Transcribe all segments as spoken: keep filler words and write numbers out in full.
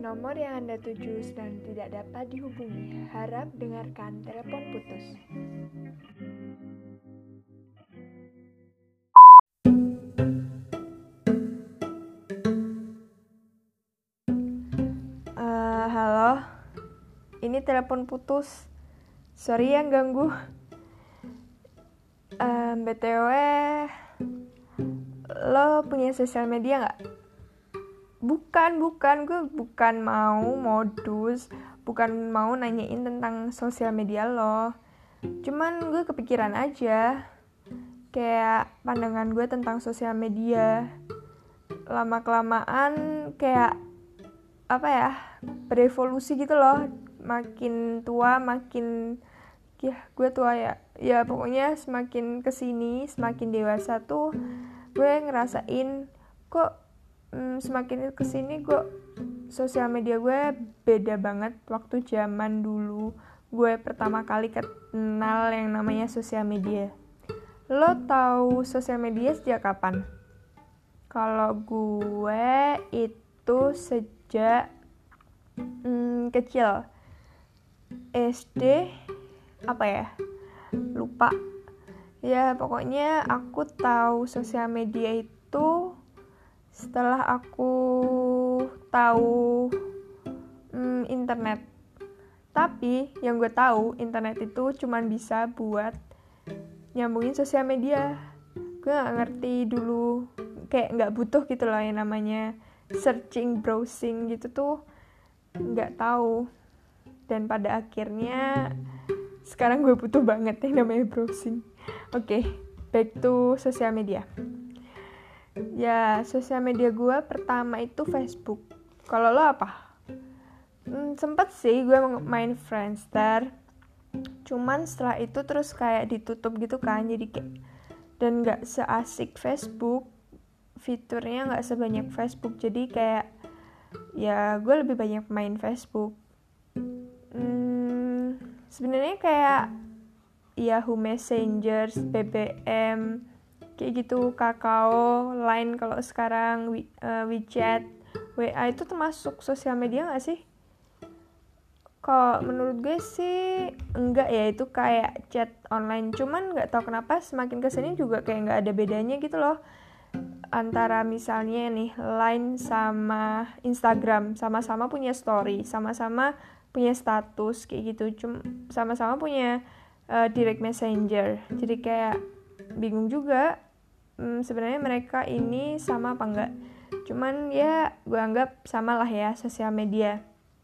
Nomor yang Anda tuju sedang tidak dapat dihubungi. Harap dengarkan telepon putus. Uh, halo, ini telepon putus. Sorry yang ganggu. Uh, B T W, lo punya sosial media nggak? Bukan, bukan, gue bukan mau modus, bukan mau nanyain tentang sosial media lo. Cuman gue kepikiran aja, kayak pandangan gue tentang sosial media. Lama-kelamaan kayak, apa ya, berevolusi gitu loh. Makin tua, makin, ya gue tua ya. Ya pokoknya semakin kesini, semakin dewasa tuh, gue ngerasain kok Hmm, semakin kesini gue sosial media gue beda banget. Waktu zaman dulu gue pertama kali kenal yang namanya sosial media. Lo tahu sosial media sejak kapan? Kalau gue itu sejak hmm, kecil, S D apa ya, lupa ya. Pokoknya aku tahu sosial media itu setelah aku tahu hmm, internet. Tapi yang gue tahu internet itu cuma bisa buat nyambungin sosial media. Gue nggak ngerti dulu, kayak nggak butuh gitu loh yang namanya searching, browsing gitu tuh nggak tahu. Dan pada akhirnya sekarang gue butuh banget yang namanya browsing. Oke, okay, back to sosial media. Ya, sosial media gue pertama itu Facebook. Kalau lo apa? Hmm, sempet sih gue main Friendster. Cuman setelah itu terus kayak ditutup gitu kan. Jadi kayak, dan gak seasik Facebook. Fiturnya gak sebanyak Facebook. Jadi kayak, ya gue lebih banyak main Facebook. Hmm, sebenarnya kayak Yahoo Messenger, B B M, kayak gitu, Kakao, Line kalau sekarang, uh, WeChat, W A itu termasuk sosial media nggak sih? Kalau menurut gue sih enggak ya, itu kayak chat online. Cuman nggak tahu kenapa semakin kesini juga kayak nggak ada bedanya gitu loh antara misalnya nih Line sama Instagram, sama-sama punya story, sama-sama punya status kayak gitu, cuma sama-sama punya uh, direct messenger. Jadi kayak bingung juga. Hmm, sebenarnya mereka ini sama apa enggak? Cuman ya gue anggap sama lah ya sosial media.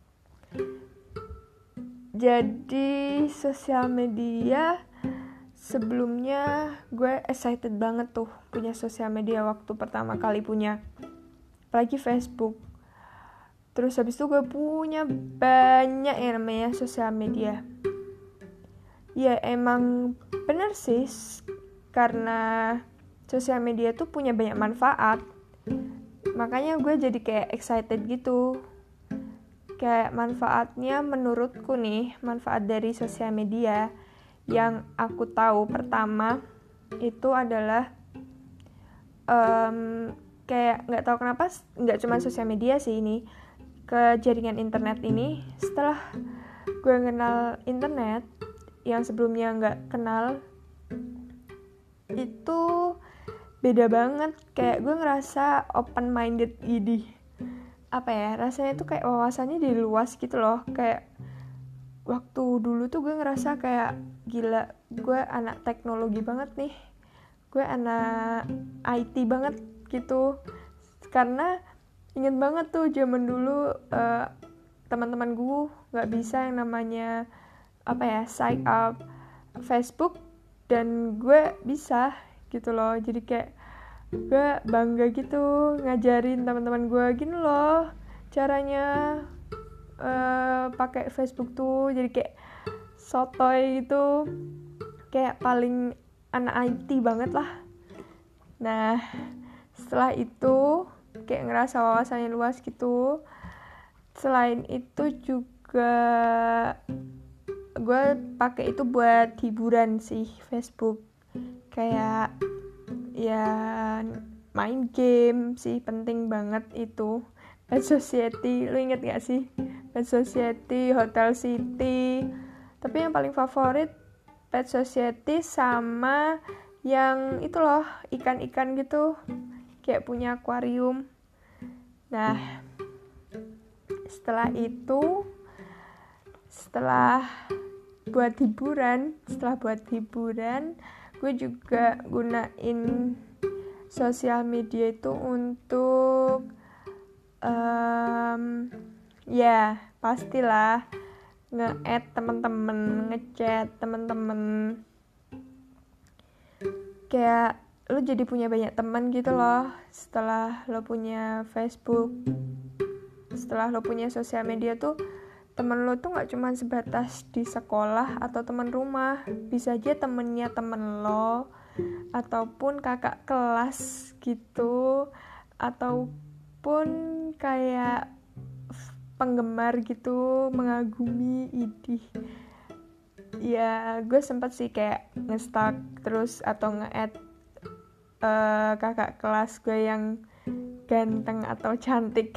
Jadi sosial media sebelumnya gue excited banget tuh punya sosial media waktu pertama kali punya, apalagi Facebook. Terus habis itu gue punya banyak yang namanya sosial media. Ya emang bener sih, karena sosial media tuh punya banyak manfaat. Makanya gue jadi kayak excited gitu. Kayak manfaatnya menurutku nih, manfaat dari sosial media yang aku tahu pertama itu adalah um, kayak nggak tahu kenapa nggak cuma sosial media sih ini, ke jaringan internet ini. Setelah gue kenal internet yang sebelumnya nggak kenal, itu beda banget. Kayak gue ngerasa open minded gini, apa ya, rasanya tuh kayak wawasannya jadi luas gitu loh. Kayak waktu dulu tuh gue ngerasa kayak gila, gue anak teknologi banget nih, gue anak I T banget gitu. Karena inget banget tuh zaman dulu uh, teman-teman gue nggak bisa yang namanya apa ya, sign up Facebook, dan gue bisa gitu loh. Jadi kayak gue bangga gitu ngajarin teman-teman gue gini loh caranya uh, pakai Facebook tuh. Jadi kayak sotoy gitu, kayak paling anak I T banget lah. Nah setelah itu kayak ngerasa wawasannya luas gitu. Selain itu juga gue pakai itu buat hiburan sih, Facebook. Kayak ya main game sih, penting banget itu. Pet Society, lu inget gak sih? Pet Society, Hotel City. Tapi yang paling favorit Pet Society sama yang itu loh, ikan-ikan gitu, kayak punya akuarium. Nah, setelah itu, setelah buat hiburan, setelah buat hiburan, gue juga gunain sosial media itu untuk um, ya pastilah nge-add temen-temen, ngechat temen-temen, kayak lu jadi punya banyak teman gitu loh setelah lo punya Facebook, setelah lo punya sosial media tuh. Temen lo tuh gak cuma sebatas di sekolah atau teman rumah, bisa aja temennya temen lo, ataupun kakak kelas gitu, ataupun kayak penggemar gitu, mengagumi, idih. Ya gue sempet sih kayak nge-stalk terus atau nge-add uh, kakak kelas gue yang ganteng atau cantik.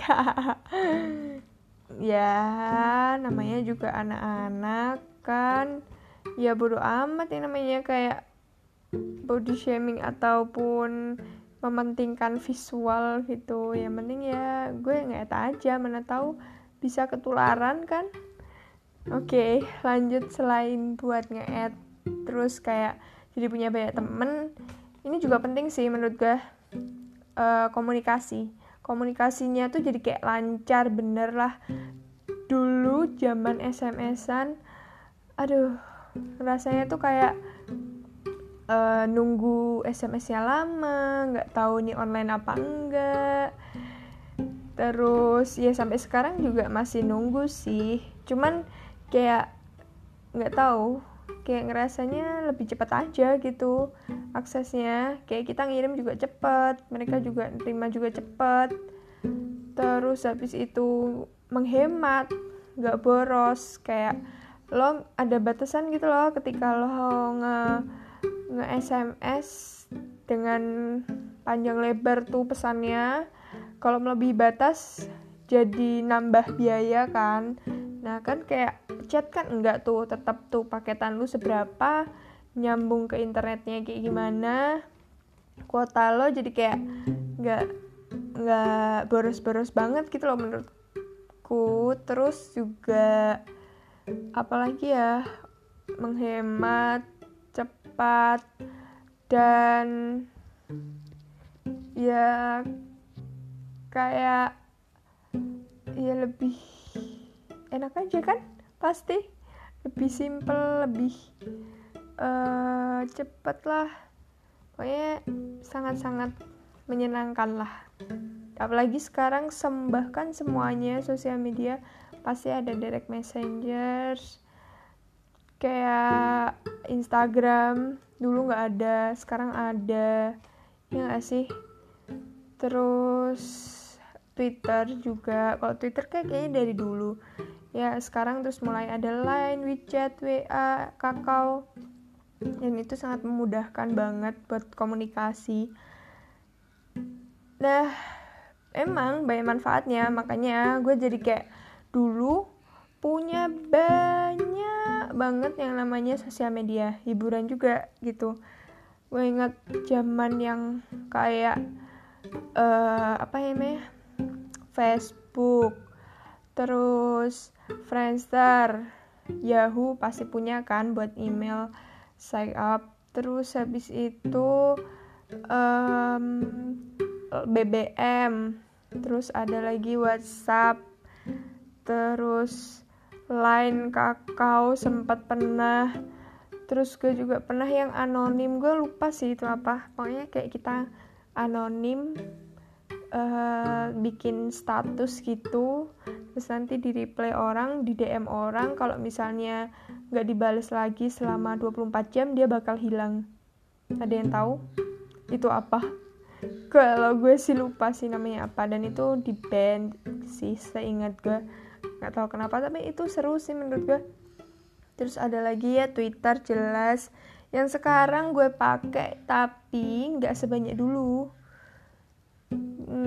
Ya namanya juga anak-anak kan, ya bodo amat yang namanya kayak body shaming ataupun mementingkan visual gitu. Yang penting ya gue nge-add aja, mana tahu bisa ketularan kan. Oke, lanjut. Selain buat nge-add terus kayak jadi punya banyak temen, ini juga penting sih menurut gue, uh, komunikasi komunikasinya tuh jadi kayak lancar bener lah. Dulu zaman S M S-an, aduh rasanya tuh kayak uh, nunggu S M S-nya lama, nggak tahu nih online apa enggak. Terus ya sampai sekarang juga masih nunggu sih, cuman kayak nggak tahu, kayak ngerasanya lebih cepat aja gitu aksesnya, kayak kita ngirim juga cepat, mereka juga terima juga cepat. Terus habis itu menghemat, nggak boros, kayak lo ada batasan gitu loh ketika lo nge nge S M S dengan panjang lebar tuh pesannya. Kalau melebihi batas jadi nambah biaya kan. Nah kan kayak chat kan enggak tuh, tetap tuh paketan lu seberapa, nyambung ke internetnya kayak gimana, kuota lo jadi kayak nggak nggak boros-boros banget gitu loh menurutku. Terus juga apalagi ya, menghemat, cepat, dan ya kayak ya lebih enak aja kan, pasti lebih simple, lebih uh, cepet lah, pokoknya sangat-sangat menyenangkan lah. Apalagi sekarang sembahkan semuanya sosial media pasti ada direct messengers, kayak Instagram dulu nggak ada, sekarang ada, ya nggak sih? Terus Twitter juga, kalau Twitter kayak kayaknya dari dulu ya, sekarang terus mulai ada Line, WeChat, W A, Kakao, dan itu sangat memudahkan banget buat komunikasi. Nah emang banyak manfaatnya, makanya gue jadi kayak dulu punya banyak banget yang namanya sosial media, hiburan juga gitu. Gue ingat zaman yang kayak uh, apa ya namanya, Facebook, terus Friendster, Yahoo pasti punya kan buat email, sign up. Terus habis itu um, B B M, terus ada lagi WhatsApp, terus Line, Kakao sempat pernah. Terus gue juga pernah yang anonim, gue lupa sih itu apa, pokoknya kayak kita anonim, uh, bikin status gitu, terus nanti di reply orang, di D M orang, kalau misalnya gak dibales lagi selama dua puluh empat jam dia bakal hilang. Ada yang tahu itu apa? Kalau gue sih lupa sih namanya apa, dan itu di ban sih seingat gue, gak tahu kenapa, tapi itu seru sih menurut gue. Terus ada lagi ya Twitter, jelas yang sekarang gue pakai tapi nggak sebanyak dulu. Hmm,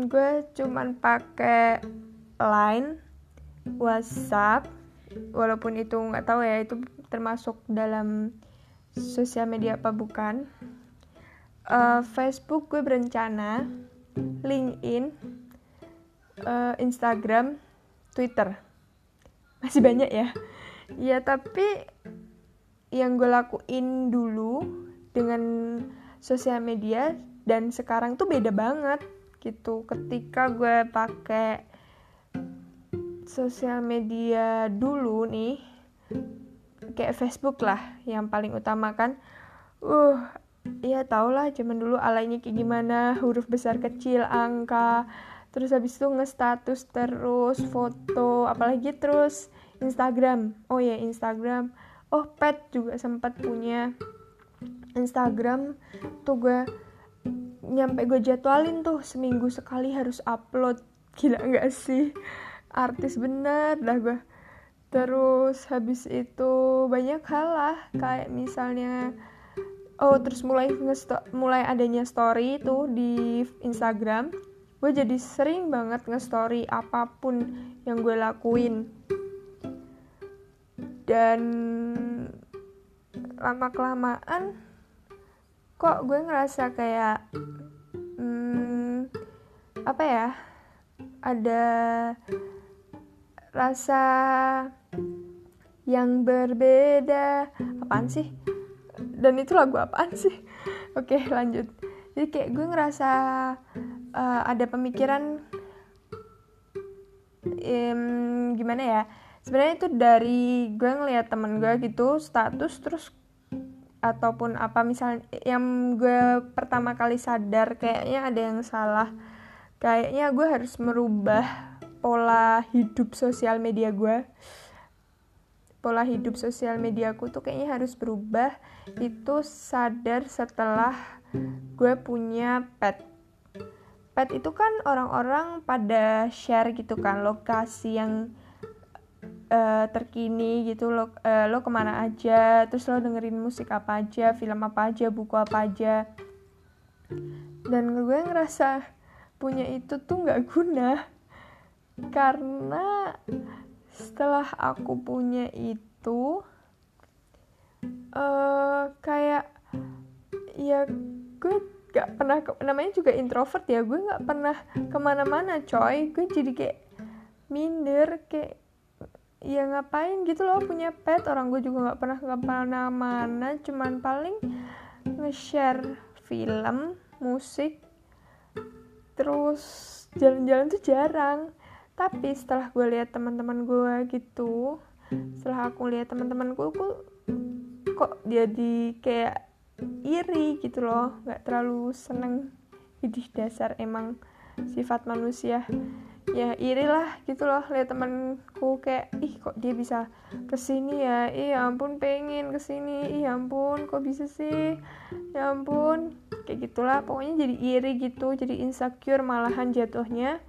gue cuman pakai Line, WhatsApp, walaupun itu nggak tahu ya itu termasuk dalam sosial media apa bukan. uh, Facebook gue berencana, LinkedIn, uh, Instagram, Twitter. Masih banyak ya. Ya tapi yang gue lakuin dulu dengan sosial media dan sekarang tuh beda banget gitu. Ketika gue pakai sosial media dulu nih, kayak Facebook lah yang paling utama kan. Uh, ya tau lah zaman dulu alainya kayak gimana, huruf besar kecil, angka, terus habis itu nge-status terus, foto, apalagi terus Instagram. Oh ya Instagram. Oh pet juga sempat punya Instagram. Tuh gue nyampe gue jadwalin tuh seminggu sekali harus upload. Gila gak sih? Artis bener dah gue. Terus habis itu banyak hal lah, kayak misalnya oh terus mulai nge- mulai adanya story itu di Instagram. Gue jadi sering banget nge-story apapun yang gue lakuin. Dan lama-kelamaan kok gue ngerasa kayak hmm, apa ya, ada rasa yang berbeda. Apaan sih? Dan itu lagu apaan sih? Oke lanjut. Jadi kayak gue ngerasa uh, ada pemikiran um, gimana ya, sebenarnya itu dari gue ngeliat temen gue gitu status terus ataupun apa, misalnya yang gue pertama kali sadar kayaknya ada yang salah, kayaknya gue harus merubah pola hidup sosial media gue. Pola hidup sosial mediaku tuh kayaknya harus berubah. Itu sadar setelah gue punya pet. Pet itu kan orang-orang pada share gitu kan lokasi yang uh, terkini gitu, lo, uh, lo kemana aja, terus lo dengerin musik apa aja, film apa aja, buku apa aja. Dan gue ngerasa punya itu tuh gak guna, karena setelah aku punya itu uh, kayak ya gue gak pernah, namanya juga introvert ya, gue gak pernah kemana-mana coy. Gue jadi kayak minder, kayak ya ngapain gitu loh punya pet, orang gue juga gak pernah kemana-mana, cuman paling nge-share film, musik, terus jalan-jalan tuh jarang. Tapi setelah gue lihat teman-teman gue gitu, setelah aku lihat teman-temanku, aku kok jadi kayak iri gitu loh, nggak terlalu seneng. Idih, dasar emang sifat manusia. Ya iri lah gitu loh, lihat temanku kayak ih kok dia bisa kesini ya, ih ampun pengen kesini, ih ampun kok bisa sih, ya ampun, kayak gitulah. Pokoknya jadi iri gitu, jadi insecure malahan jatuhnya.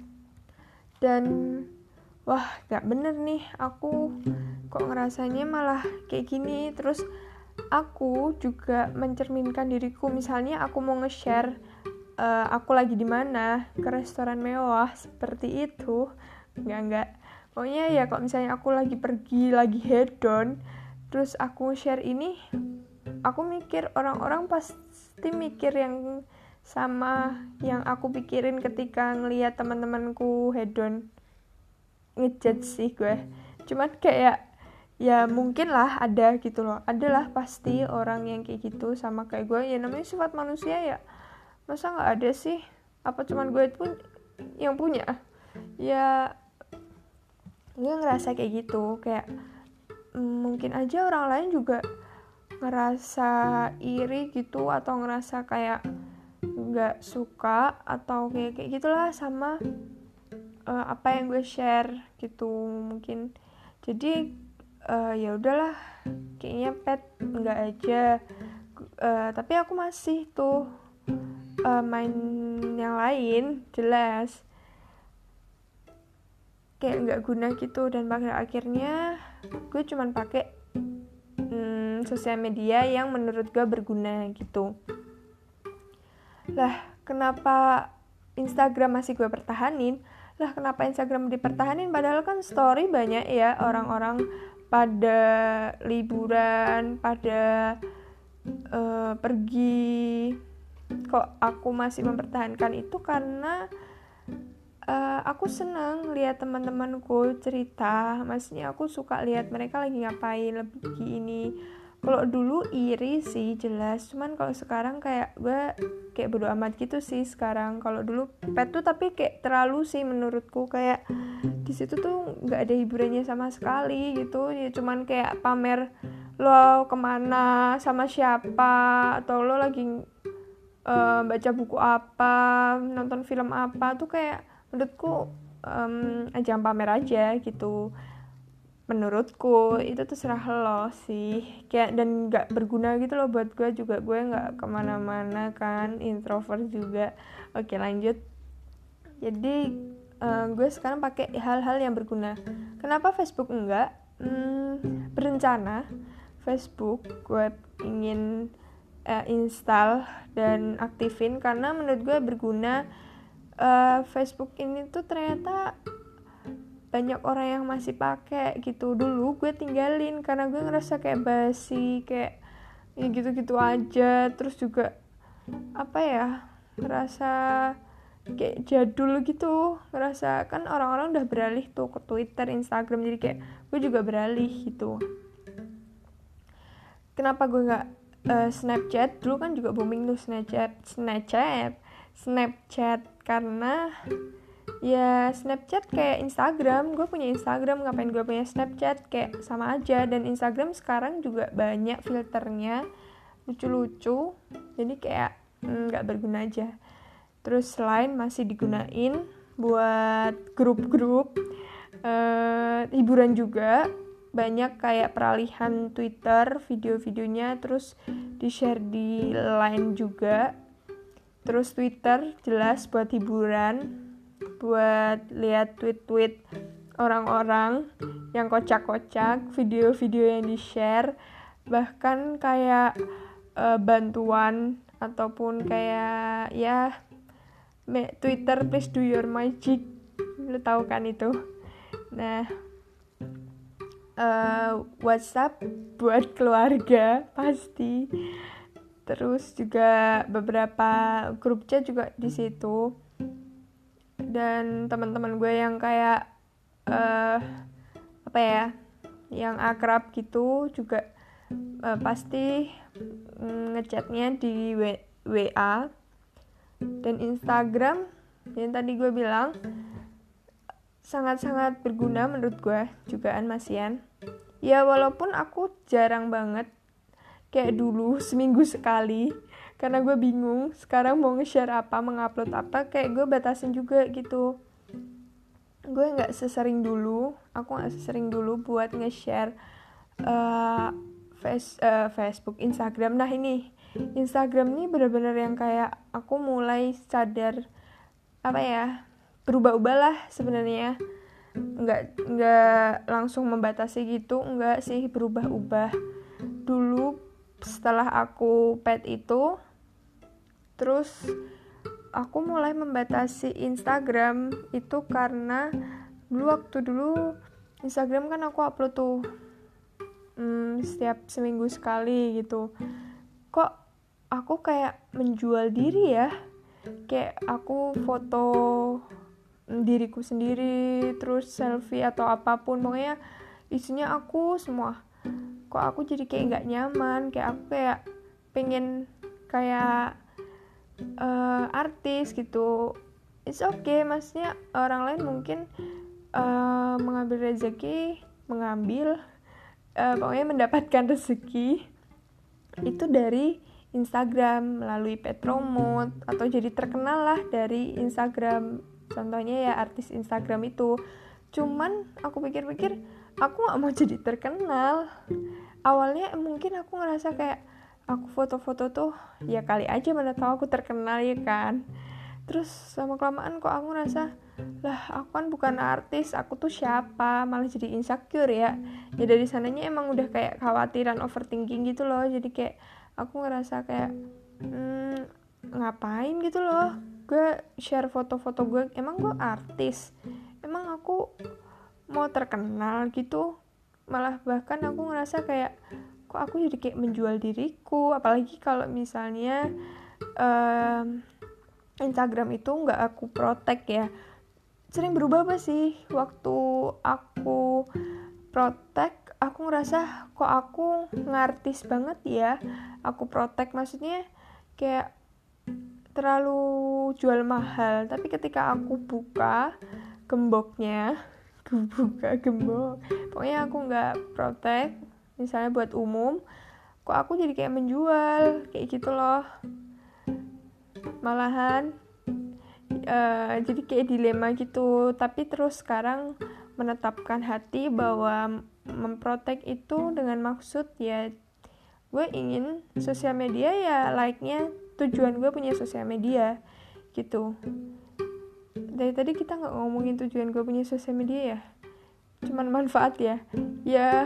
Dan wah gak bener nih, aku kok ngerasanya malah kayak gini. Terus aku juga mencerminkan diriku, misalnya aku mau nge-share uh, aku lagi di mana, ke restoran mewah seperti itu, enggak enggak pokoknya ya kalau misalnya aku lagi pergi, lagi hedon, terus aku share ini, aku mikir orang-orang pasti mikir yang sama yang aku pikirin ketika ngelihat teman-temanku hedon. Ngejudge sih gue, cuman kayak ya mungkin lah ada gitu loh, adalah pasti orang yang kayak gitu sama kayak gue. Ya namanya sifat manusia ya, masa nggak ada sih? Apa cuman gue pun yang punya? Ya gue ngerasa kayak gitu, kayak mm, mungkin aja orang lain juga ngerasa iri gitu, atau ngerasa kayak nggak suka atau kayak kayak gitulah sama uh, apa yang gue share gitu mungkin. Jadi uh, ya udahlah, kayaknya pet nggak aja. Uh, tapi aku masih tuh uh, main yang lain, jelas kayak nggak guna gitu. Dan pada akhirnya gue cuman pakai hmm, sosial media yang menurut gue berguna gitu. Lah kenapa Instagram masih gue pertahanin. Lah kenapa Instagram dipertahanin, padahal kan story banyak ya orang-orang pada liburan, pada uh, pergi. Kok aku masih mempertahankan itu karena uh, aku senang lihat teman-temanku cerita. Maksudnya aku suka lihat mereka lagi ngapain, lagi ini. Kalau dulu iri sih jelas, cuman kalau sekarang kayak gue kayak bodo amat gitu sih sekarang. Kalau dulu pet tuh tapi kayak terlalu sih menurutku, kayak di situ tuh nggak ada hiburannya sama sekali gitu. Ya cuman kayak pamer lo kemana sama siapa, atau lo lagi uh, baca buku apa, nonton film apa, tuh kayak menurutku um, ajang pamer aja gitu. Menurutku itu terserah lo sih, kayak dan nggak berguna gitu loh buat gue juga. Gue nggak kemana-mana kan, introvert juga. Oke lanjut. Jadi uh, gue sekarang pakai hal-hal yang berguna. Kenapa Facebook enggak? Hmm, berencana Facebook gue ingin uh, install dan aktifin karena menurut gue berguna. uh, Facebook ini tuh ternyata banyak orang yang masih pakai gitu. Dulu gue tinggalin karena gue ngerasa kayak basi, kayak ya gitu-gitu aja. Terus juga apa ya, ngerasa kayak jadul gitu. Ngerasa kan orang-orang udah beralih tuh ke Twitter, Instagram, jadi kayak gue juga beralih gitu. Kenapa gue nggak uh, Snapchat? Dulu kan juga booming tuh Snapchat, Snapchat, Snapchat karena ya Snapchat kayak Instagram. Gue punya Instagram, ngapain gue punya Snapchat, kayak sama aja. Dan Instagram sekarang juga banyak filternya lucu-lucu, jadi kayak nggak mm, berguna aja. Terus selain masih digunain buat grup-grup uh, hiburan juga, banyak kayak peralihan Twitter video-videonya terus di-share di Line juga. Terus Twitter jelas buat hiburan, buat lihat tweet-tweet orang-orang yang kocak-kocak, video-video yang di-share, bahkan kayak uh, bantuan ataupun kayak ya Twitter please do your magic, lu tahu kan itu. Nah, uh, WhatsApp buat keluarga pasti. Terus juga beberapa grup chat juga di situ. Dan teman-teman gue yang kayak uh, apa ya, yang akrab gitu juga uh, pasti mm, ngechatnya di W A. Dan Instagram yang tadi gue bilang sangat-sangat berguna menurut gue jugaan Masian. Ya walaupun aku jarang banget kayak dulu seminggu sekali, karena gue bingung sekarang mau nge-share apa, mengupload apa, kayak gue batasin juga gitu. Gue gak sesering dulu, aku gak sesering dulu buat nge-share uh, face, uh, Facebook, Instagram. Nah ini, Instagram ini benar-benar yang kayak aku mulai sadar, apa ya, berubah-ubah lah sebenarnya. Gak, gak langsung membatasi gitu, enggak sih, berubah-ubah. Dulu setelah aku pet itu, terus aku mulai membatasi Instagram itu karena dulu waktu dulu Instagram kan aku upload tuh hmm, setiap seminggu sekali gitu. Kok aku kayak menjual diri ya, kayak aku foto diriku sendiri terus selfie atau apapun, pokoknya isinya aku semua. Kok aku jadi kayak nggak nyaman, kayak aku kayak pengen kayak Uh, artis gitu. It's okay, maksudnya orang lain mungkin uh, mengambil rezeki, mengambil uh, pokoknya mendapatkan rezeki itu dari Instagram melalui paid promote atau jadi terkenal lah dari Instagram. Contohnya ya artis Instagram itu. Cuman aku pikir-pikir aku gak mau jadi terkenal. Awalnya mungkin aku ngerasa kayak aku foto-foto tuh ya kali aja mana tahu aku terkenal ya kan. Terus sama kelamaan kok aku ngerasa lah aku kan bukan artis, aku tuh siapa, malah jadi insecure ya. Ya dari sananya emang udah kayak khawatiran, overthinking gitu loh. Jadi kayak aku ngerasa kayak hmm, ngapain gitu loh, gue share foto-foto gue, emang gue artis, emang aku mau terkenal gitu. Malah bahkan aku ngerasa kayak kok aku jadi kayak menjual diriku, apalagi kalau misalnya um, Instagram itu nggak aku protect ya. Sering berubah apa sih waktu aku protect, aku ngerasa kok aku ngartis banget ya. Aku protect maksudnya kayak terlalu jual mahal. Tapi ketika aku buka gemboknya, aku buka gembok, pokoknya aku nggak protect, misalnya buat umum, kok aku jadi kayak menjual kayak gitu loh. Malahan uh, jadi kayak dilema gitu. Tapi terus sekarang menetapkan hati bahwa memprotek itu dengan maksud ya gue ingin sosial media ya like-nya, tujuan gue punya sosial media gitu. Dari tadi kita nggak ngomongin tujuan gue punya sosial media ya, cuman manfaat ya. Ya,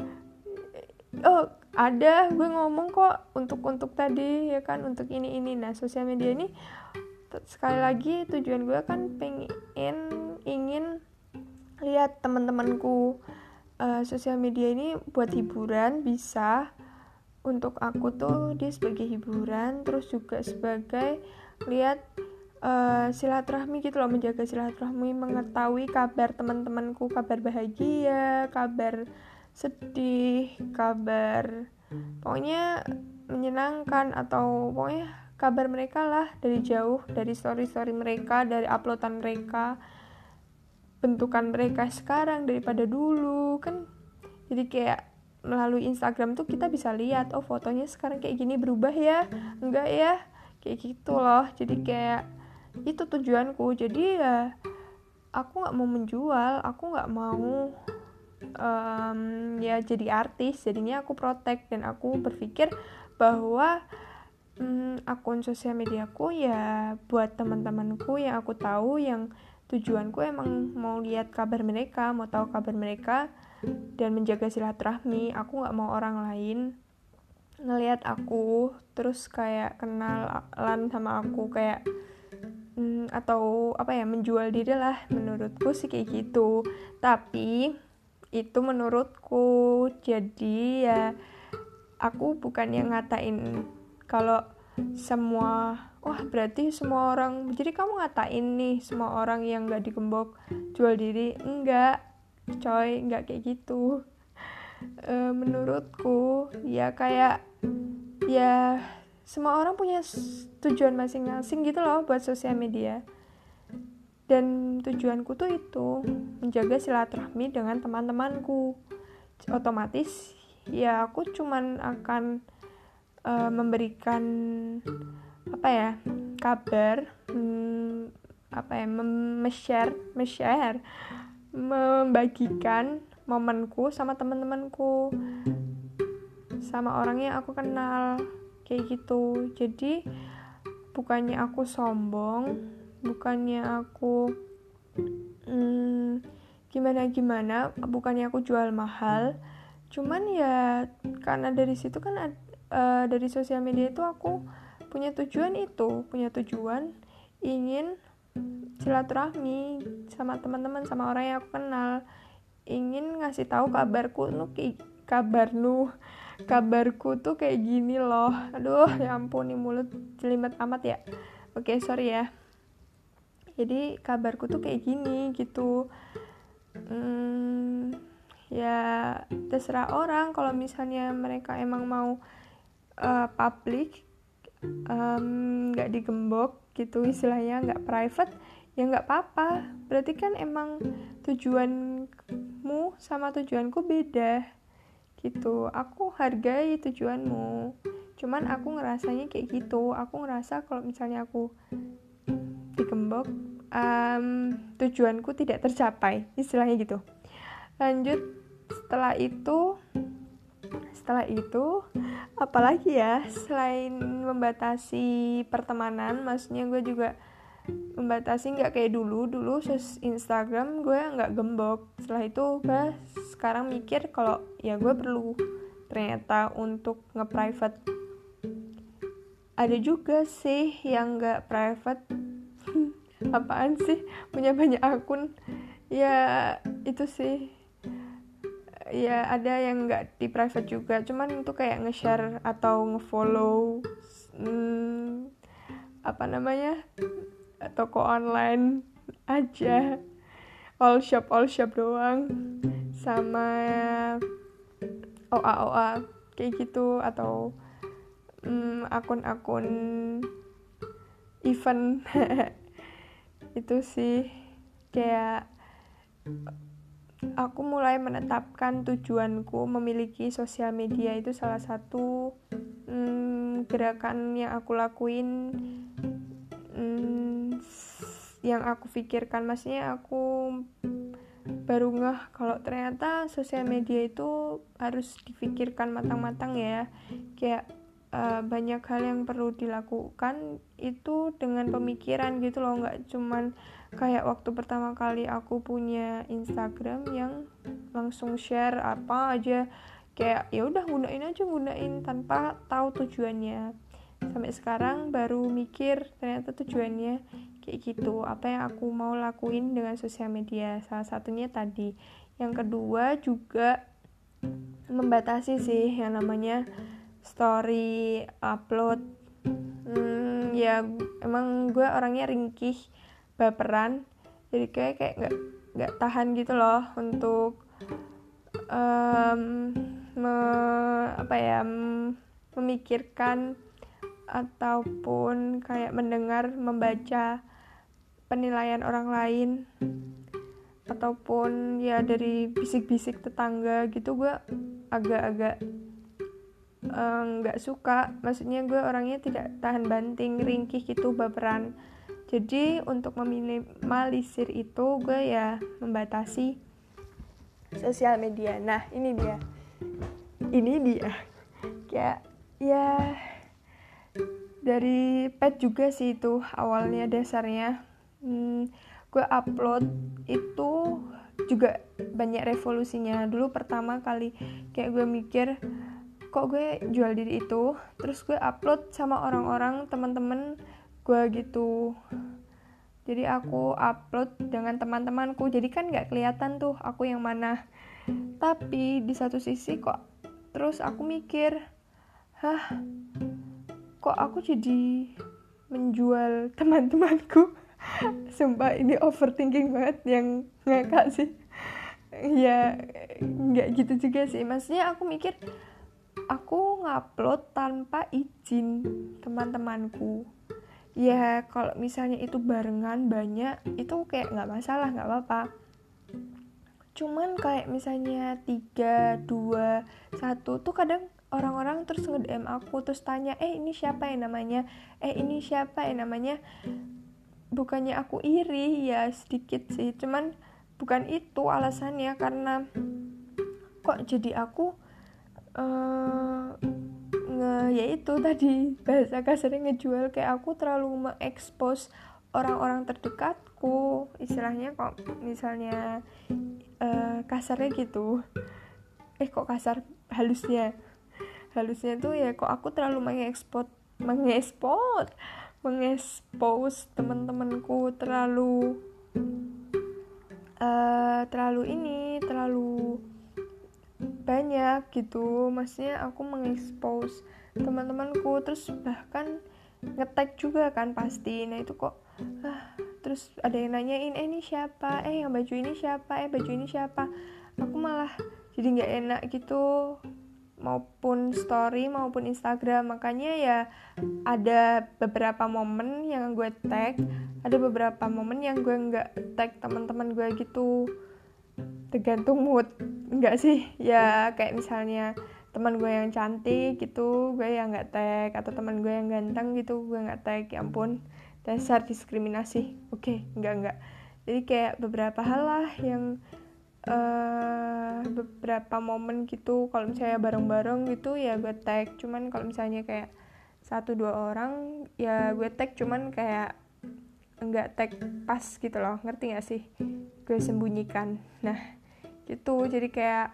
oh ada gue ngomong kok untuk untuk tadi ya kan, untuk ini ini. Nah sosial media ini sekali lagi tujuan gue kan pengen ingin lihat teman-temanku. Uh, sosial media ini buat hiburan, bisa untuk aku tuh dia sebagai hiburan, terus juga sebagai lihat uh, silaturahmi gitu loh, menjaga silaturahmi, mengetahui kabar teman-temanku, kabar bahagia, kabar sedih, kabar pokoknya menyenangkan, atau pokoknya kabar mereka lah dari jauh, dari story-story mereka, dari uploadan mereka, bentukan mereka sekarang daripada dulu kan. Jadi kayak melalui Instagram tuh kita bisa lihat, oh fotonya sekarang kayak gini, berubah ya, enggak ya, kayak gitu loh. Jadi kayak itu tujuanku. Jadi ya aku nggak mau menjual, aku nggak mau um, ya jadi artis. Jadinya aku protect dan aku berpikir bahwa um, akun sosial mediaku ya buat teman-temanku yang aku tahu, yang tujuanku emang mau lihat kabar mereka, mau tahu kabar mereka, dan menjaga silaturahmi. Aku nggak mau orang lain ngelihat aku terus kayak kenalan sama aku kayak hmm, atau apa ya, menjual diri lah. Menurutku sih kayak gitu, tapi itu menurutku. Jadi ya aku bukan yang ngatain kalau semua, wah berarti semua orang, jadi kamu ngatain nih semua orang yang gak digembok jual diri. Enggak coy, enggak kayak gitu. E, menurutku ya kayak ya semua orang punya tujuan masing-masing gitu loh buat sosial media. Dan tujuanku tuh itu menjaga silaturahmi dengan teman-temanku. Otomatis ya aku cuman akan uh, memberikan apa ya, kabar, hmm, apa ya, mem-share, me-share, membagikan momenku sama teman-temanku, sama orang yang aku kenal, kayak gitu. Jadi bukannya aku sombong, bukannya aku hmm, gimana-gimana, bukannya aku jual mahal. Cuman ya karena dari situ kan uh, dari sosial media itu aku punya tujuan itu, punya tujuan ingin silaturahmi sama teman-teman, sama orang yang aku kenal, ingin ngasih tahu kabarku nu kabar nu kabarku tuh kayak gini loh. Aduh ya ampun, nih mulut jelimet amat ya. Oke sorry ya. Jadi kabarku tuh kayak gini gitu. hmm, ya terserah orang kalau misalnya mereka emang mau uh, public, nggak um, digembok gitu istilahnya, nggak private, ya nggak apa-apa. Berarti kan emang tujuanmu sama tujuanku beda gitu. Aku hargai tujuanmu, cuman aku ngerasanya kayak gitu. Aku ngerasa kalau misalnya aku digembok, um, tujuanku tidak tercapai, istilahnya gitu. Lanjut, setelah itu setelah itu apalagi ya selain membatasi pertemanan, maksudnya gue juga membatasi, nggak kayak dulu dulu sus Instagram gue nggak gembok. Setelah itu gue sekarang mikir kalau ya gue perlu ternyata untuk nge-private. Ada juga sih yang nggak private, apaan sih punya banyak akun. Ya itu sih, ya ada yang nggak di private juga, cuman itu kayak nge-share atau nge-follow hmm, apa namanya, toko online aja, all shop all shop doang, sama O A O A kayak gitu, atau hmm, akun-akun event. Itu sih kayak aku mulai menetapkan tujuanku memiliki sosial media itu salah satu hmm, gerakan yang aku lakuin, hmm, yang aku pikirkan. Maksudnya aku baru ngeh kalau ternyata sosial media itu harus dipikirkan matang-matang ya, kayak uh, banyak hal yang perlu dilakukan itu dengan pemikiran gitu loh, nggak cuman kayak waktu pertama kali aku punya Instagram yang langsung share apa aja, kayak ya udah gunain aja gunain tanpa tahu tujuannya. Sampai sekarang baru mikir ternyata tujuannya kayak gitu, apa yang aku mau lakuin dengan sosial media. Salah satunya tadi. Yang kedua juga membatasi sih yang namanya story upload. Hmm, ya emang gue orangnya ringkih, baperan, jadi kayak kayak nggak nggak tahan gitu loh untuk um, me, apa ya memikirkan ataupun kayak mendengar, membaca penilaian orang lain ataupun ya dari bisik-bisik tetangga gitu. Gue agak-agak nggak uh, suka, maksudnya gue orangnya tidak tahan banting, ringkih gitu, baperan. Jadi untuk meminimalisir itu gue ya membatasi sosial media. Nah ini dia ini dia kayak ya dari pet juga sih itu awalnya dasarnya. hmm, gue upload itu juga banyak revolusinya. Dulu pertama kali kayak gue mikir kok gue jual diri itu, terus gue upload sama orang-orang teman-teman gue gitu. Jadi aku upload dengan teman-temanku, jadi kan gak kelihatan tuh aku yang mana. Tapi di satu sisi kok terus aku mikir, hah kok aku jadi menjual teman-temanku. Sumpah ini overthinking banget, yang ngakak sih. Ya gak gitu juga sih, maksudnya aku mikir aku ngupload tanpa izin teman-temanku. Ya kalau misalnya itu barengan banyak itu kayak nggak masalah, nggak apa-apa. Cuman kayak misalnya tiga, dua, satu tuh kadang orang-orang terus nge-D M aku, terus tanya, eh ini siapa ya namanya, eh ini siapa ya namanya. Bukannya aku iri, ya sedikit sih, cuman bukan itu alasannya, karena kok jadi aku uh, nge ya itu tadi bahasa kasarnya ngejual, kayak aku terlalu mengekspos orang-orang terdekatku istilahnya. Kok misalnya uh, kasarnya gitu, eh kok kasar halusnya halusnya tuh ya kok aku terlalu mengekspos mengekspos mengekspos teman-temanku, terlalu uh, terlalu ini terlalu banyak gitu. Maksudnya aku mengekspos teman-temanku, terus bahkan nge-tag juga kan pasti. Nah itu kok ah, terus ada yang nanyain, eh ini siapa, eh yang baju ini siapa, eh baju ini siapa. Aku malah jadi gak enak gitu, maupun story maupun Instagram. Makanya ya ada beberapa momen yang gue tag, ada beberapa momen yang gue gak tag teman-teman gue gitu, tergantung mood. Enggak sih, ya kayak misalnya teman gue yang cantik gitu gue yang nggak tag, atau teman gue yang ganteng gitu gue nggak tag. Ya ampun, dasar diskriminasi. Oke, enggak enggak jadi kayak beberapa hal lah yang uh, beberapa momen gitu, kalau misalnya bareng-bareng gitu ya gue tag. Cuman kalau misalnya kayak satu dua orang ya gue tag, cuman kayak enggak tag pas gitu loh, ngerti nggak sih, gue sembunyikan. Nah gitu, jadi kayak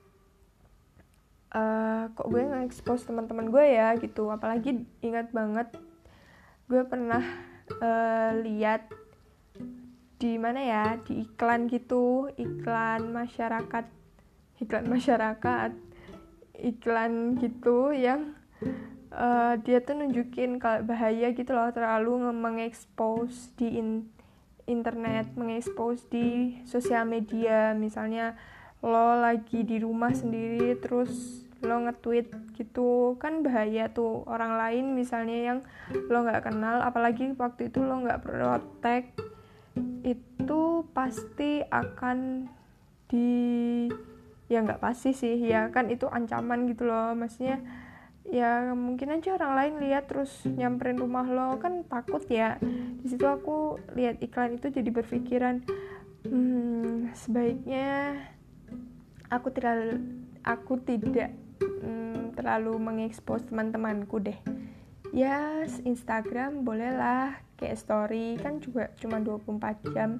uh, kok gue nge-expose teman-teman gue ya gitu. Apalagi ingat banget gue pernah uh, lihat di mana ya, di iklan gitu, iklan masyarakat, iklan masyarakat, iklan gitu yang uh, dia tuh nunjukin kalau bahaya gitu loh, terlalu mengekspos di in- internet, mengekspos di sosial media. Misalnya lo lagi di rumah sendiri terus lo nge-tweet gitu, kan bahaya tuh. Orang lain misalnya yang lo gak kenal, apalagi waktu itu lo gak protek, itu pasti akan di, ya gak pasti sih, ya kan itu ancaman gitu loh. Maksudnya ya mungkin aja orang lain lihat terus nyamperin rumah lo, kan takut ya. Di situ aku lihat iklan itu jadi berpikiran, hmm, sebaiknya aku terlalu aku tidak hmm, terlalu mengekspos teman-temanku deh. Ya Instagram bolehlah, kayak story kan juga cuma dua puluh empat jam.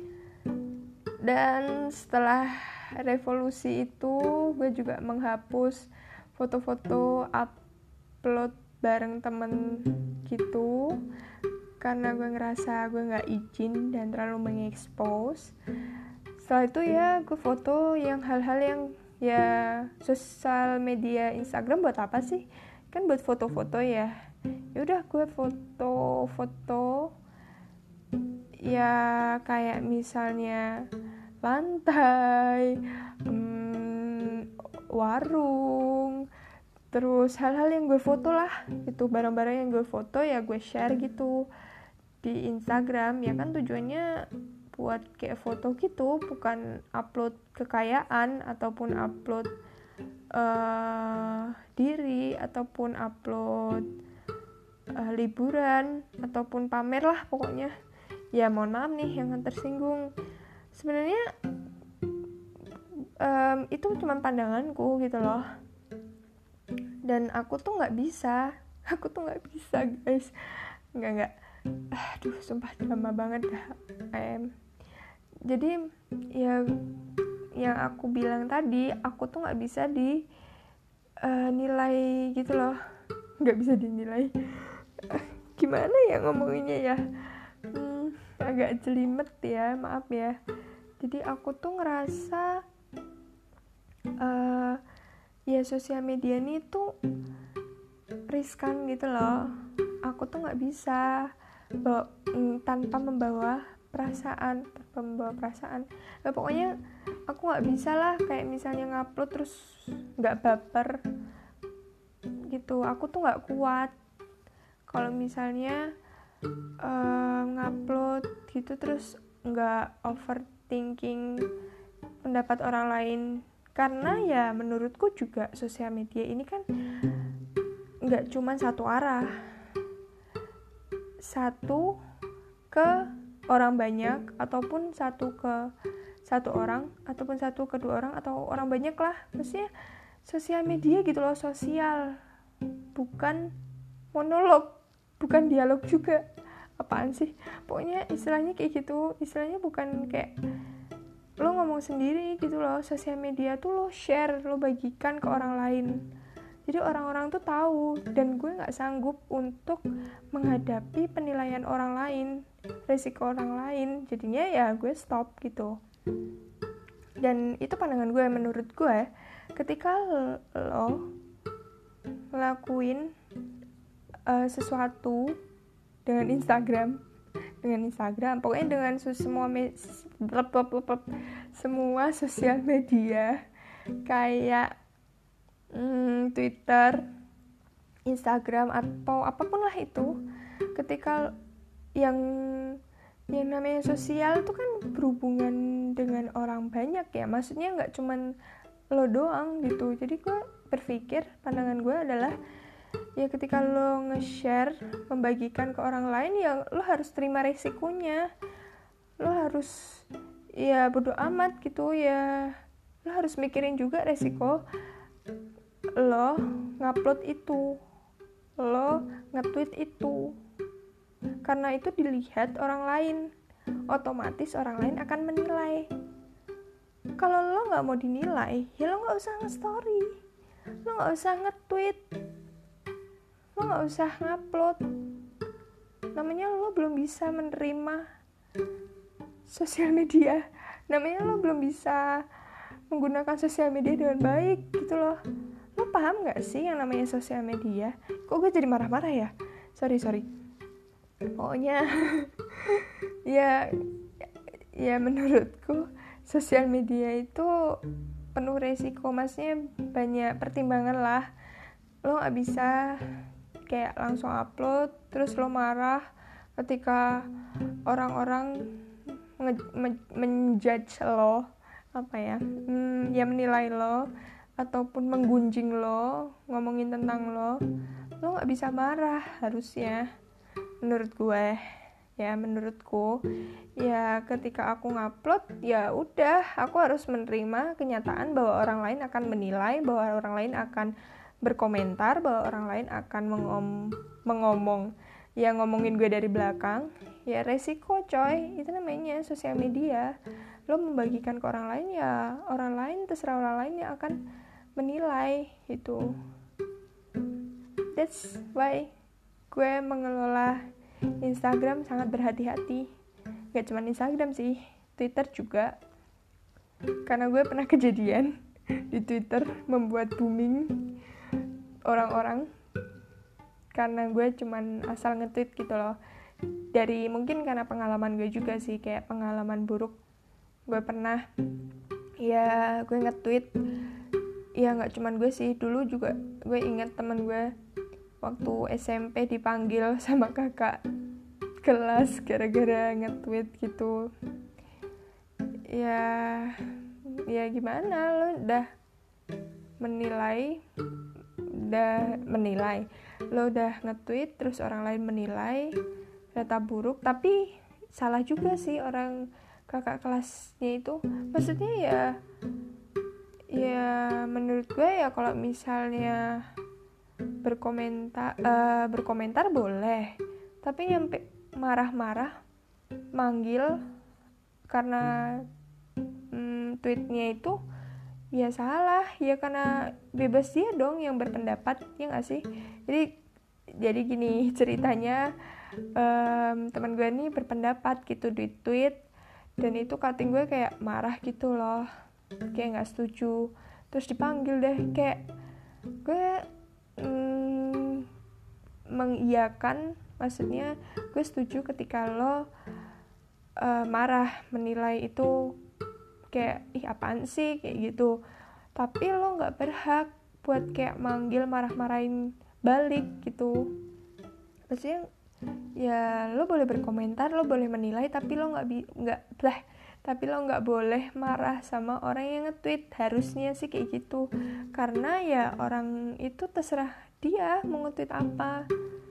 Dan setelah revolusi itu gue juga menghapus foto-foto upload bareng temen gitu, karena gue ngerasa gue gak izin dan terlalu mengekspos. Setelah itu ya gue foto yang hal-hal yang ya sosial media Instagram buat apa sih, kan buat foto-foto ya. Ya udah gue foto-foto ya kayak misalnya lantai, hmm, warung, terus hal-hal yang gue foto lah, itu barang-barang yang gue foto ya gue share gitu di Instagram. Ya kan tujuannya buat kayak foto gitu, bukan upload kekayaan ataupun upload uh, diri ataupun upload uh, liburan ataupun pamer lah pokoknya. Ya mohon maaf nih yang tersinggung, sebenarnya um, itu cuma pandanganku gitu loh, dan aku tuh nggak bisa aku tuh nggak bisa guys, nggak nggak aduh sumpah drama banget dah. em jadi ya yang aku bilang tadi, aku tuh nggak bisa di uh, nilai gitu loh, nggak bisa dinilai. Gimana ya ngomonginnya ya, hmm, agak jelimet ya, maaf ya. Jadi aku tuh ngerasa uh, ya sosial media ini tuh riskan gitu loh. Aku tuh nggak bisa bawa, mm, tanpa membawa perasaan, tanpa membawa perasaan. Nah, pokoknya aku nggak bisa lah, kayak misalnya ngupload terus nggak baper gitu. Aku tuh nggak kuat kalau misalnya uh, ngupload gitu terus nggak overthinking pendapat orang lain, karena ya menurutku juga sosial media ini kan nggak cuma satu arah, satu ke orang banyak ataupun satu ke satu orang ataupun satu ke dua orang atau orang banyak lah. Maksudnya sosial media gitu loh, sosial, bukan monolog, bukan dialog juga. Apaan sih, pokoknya istilahnya kayak gitu. Istilahnya bukan kayak lo ngomong sendiri gitu loh. Sosial media tuh lo share, lo bagikan ke orang lain, jadi orang-orang tuh tahu. Dan gue gak sanggup untuk menghadapi penilaian orang lain, resiko orang lain, jadinya ya gue stop gitu. Dan itu pandangan gue. Menurut gue, ketika lo ngelakuin uh, sesuatu dengan Instagram, dengan Instagram, pokoknya dengan semua me- semua sosial media kayak hmm, Twitter, Instagram atau apapun lah itu, ketika yang yang namanya sosial itu kan berhubungan dengan orang banyak ya, maksudnya nggak cuman lo doang gitu. Jadi gue berpikir, pandangan gue adalah ya ketika lo nge-share, membagikan ke orang lain, ya lo harus terima resikonya. Lo harus ya bodo amat gitu ya, lo harus mikirin juga resiko lo ngupload itu, lo nge-tweet itu, karena itu dilihat orang lain, otomatis orang lain akan menilai. Kalau lo nggak mau dinilai, ya lo nggak usah nge-story, lo nggak usah nge-tweet, lo nggak usah ngupload. namanya lo belum bisa menerima sosial media, namanya lo belum bisa menggunakan sosial media dengan baik gitu loh. Lo paham gak sih yang namanya sosial media? Kok gue jadi marah-marah ya? Sorry sorry. Pokoknya ya ya menurutku sosial media itu penuh resiko, maksudnya banyak pertimbangan lah. Lo gak bisa kayak langsung upload terus lo marah ketika orang-orang nge- men- menjudge lo, apa ya hmm, ya menilai lo ataupun menggunjing lo, ngomongin tentang lo. Lo gak bisa marah harusnya, menurut gue ya, menurutku ya ketika aku ngupload ya udah, aku harus menerima kenyataan bahwa orang lain akan menilai, bahwa orang lain akan berkomentar, bahwa orang lain akan mengom- mengomong ya ngomongin gue dari belakang. Ya resiko coy, itu namanya sosial media. Lo membagikan ke orang lain, ya orang lain, terserah orang lain yang akan menilai itu. That's why gue mengelola Instagram sangat berhati-hati. Gak cuma Instagram sih, Twitter juga. Karena gue pernah kejadian di Twitter membuat booming orang-orang karena gue cuman asal nge-tweet gitu loh. Dari mungkin karena pengalaman gue juga sih, kayak pengalaman buruk. Gue pernah ya gue nge-tweet, ya gak cuman gue sih, dulu juga gue inget temen gue waktu S M P dipanggil sama kakak kelas gara-gara nge-tweet gitu. Ya ya gimana, lo udah menilai udah menilai lo udah nge-tweet terus orang lain menilai ternyata buruk, tapi salah juga sih orang kakak kelasnya itu. Maksudnya ya ya menurut gue ya kalau misalnya berkomentar uh, berkomentar boleh, tapi nyampe marah-marah manggil karena hmm, tweetnya itu ya salah ya, karena bebas dia dong yang berpendapat, ya nggak sih? Jadi jadi gini ceritanya, um, teman gue nih berpendapat gitu di tweet, dan itu cutting gue kayak marah gitu loh, kayak nggak setuju, terus dipanggil deh. Kayak gue mm, mengiyakan, maksudnya gue setuju ketika lo uh, marah menilai itu kayak ih apaan sih kayak gitu, tapi lo nggak berhak buat kayak manggil marah-marahin balik gitu. Maksudnya ya lo boleh berkomentar, lo boleh menilai, tapi lo nggak bi- nggak bleh tapi lo nggak boleh marah sama orang yang nge-tweet. Harusnya sih kayak gitu, karena ya orang itu terserah dia mau nge-tweet apa.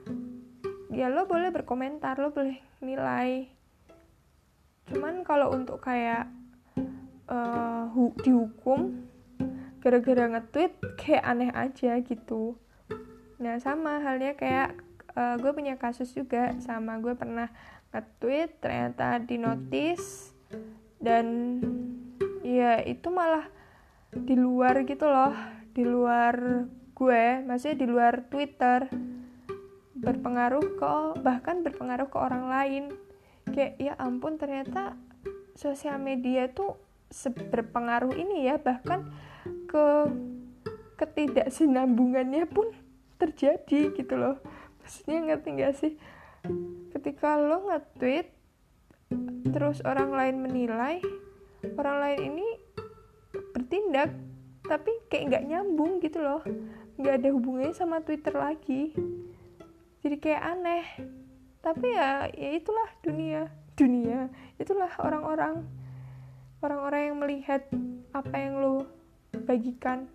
Ya lo boleh berkomentar, lo boleh nilai, cuman kalau untuk kayak uh, hu- dihukum gara-gara nge-tweet kayak aneh aja gitu. Nah sama halnya kayak uh, gue punya kasus juga, sama gue pernah nge-tweet ternyata di notice, dan ya itu malah di luar gitu loh, di luar gue, maksudnya di luar Twitter, berpengaruh ke bahkan berpengaruh ke orang lain. Kayak ya ampun, ternyata sosial media tuh berpengaruh ini ya, bahkan ke ketidaksinambungannya pun terjadi gitu loh. Maksudnya ngerti gak sih, ketika lo nge-tweet terus orang lain menilai, orang lain ini bertindak tapi kayak gak nyambung gitu loh, gak ada hubungannya sama Twitter lagi, jadi kayak aneh. Tapi ya, ya itulah dunia, dunia, itulah orang-orang, orang-orang yang melihat apa yang lo bagikan.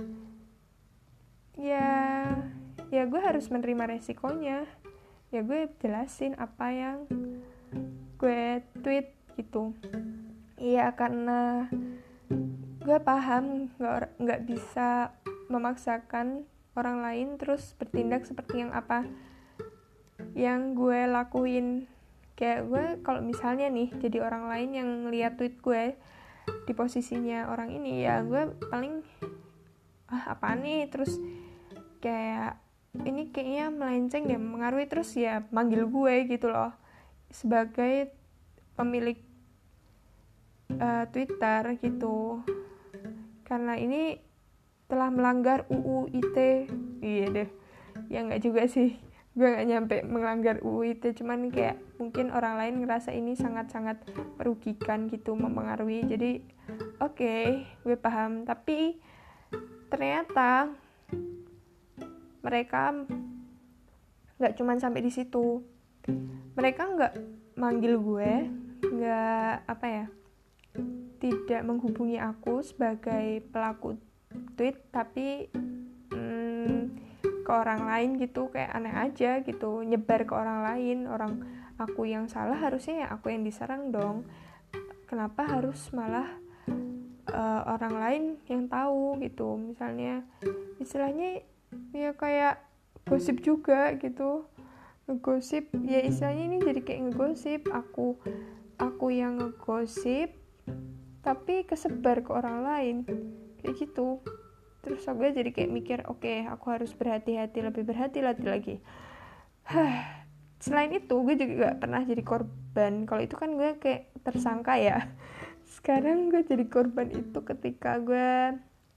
Ya, ya gue harus menerima resikonya. Ya gue jelasin apa yang gue tweet gitu. Iya, karena gue paham nggak nggak bisa memaksakan orang lain terus bertindak seperti yang apa yang gue lakuin. Kayak gue kalau misalnya nih jadi orang lain yang lihat tweet gue di posisinya orang ini, ya gue paling ah apa nih, terus kayak ini kayaknya melenceng deh, mengaruhi, terus ya manggil gue gitu loh sebagai pemilik uh, Twitter gitu, karena ini telah melanggar U U I T. Iya deh, ya nggak juga sih, gue nggak nyampe melanggar U U I T, cuman kayak mungkin orang lain ngerasa ini sangat-sangat merugikan gitu, mempengaruhi. Jadi oke, okay, gue paham, tapi ternyata mereka nggak cuman sampai di situ. Mereka nggak manggil gue, nggak apa ya, tidak menghubungi aku sebagai pelaku tweet, tapi hmm, ke orang lain gitu, kayak aneh aja gitu, nyebar ke orang lain. Orang aku yang salah, harusnya ya aku yang diserang dong. Kenapa harus malah uh, orang lain yang tahu gitu? Misalnya istilahnya ya kayak gosip juga gitu, ngegosip ya, istilahnya ini jadi kayak ngegosip, aku aku yang ngegosip tapi kesebar ke orang lain kayak gitu. Terus aku jadi kayak mikir, oke, okay, aku harus berhati-hati, lebih berhati-hati lagi. Hah. Selain itu gue juga gak pernah jadi korban. Kalau itu kan gue kayak tersangka ya. Sekarang gue jadi korban itu ketika gue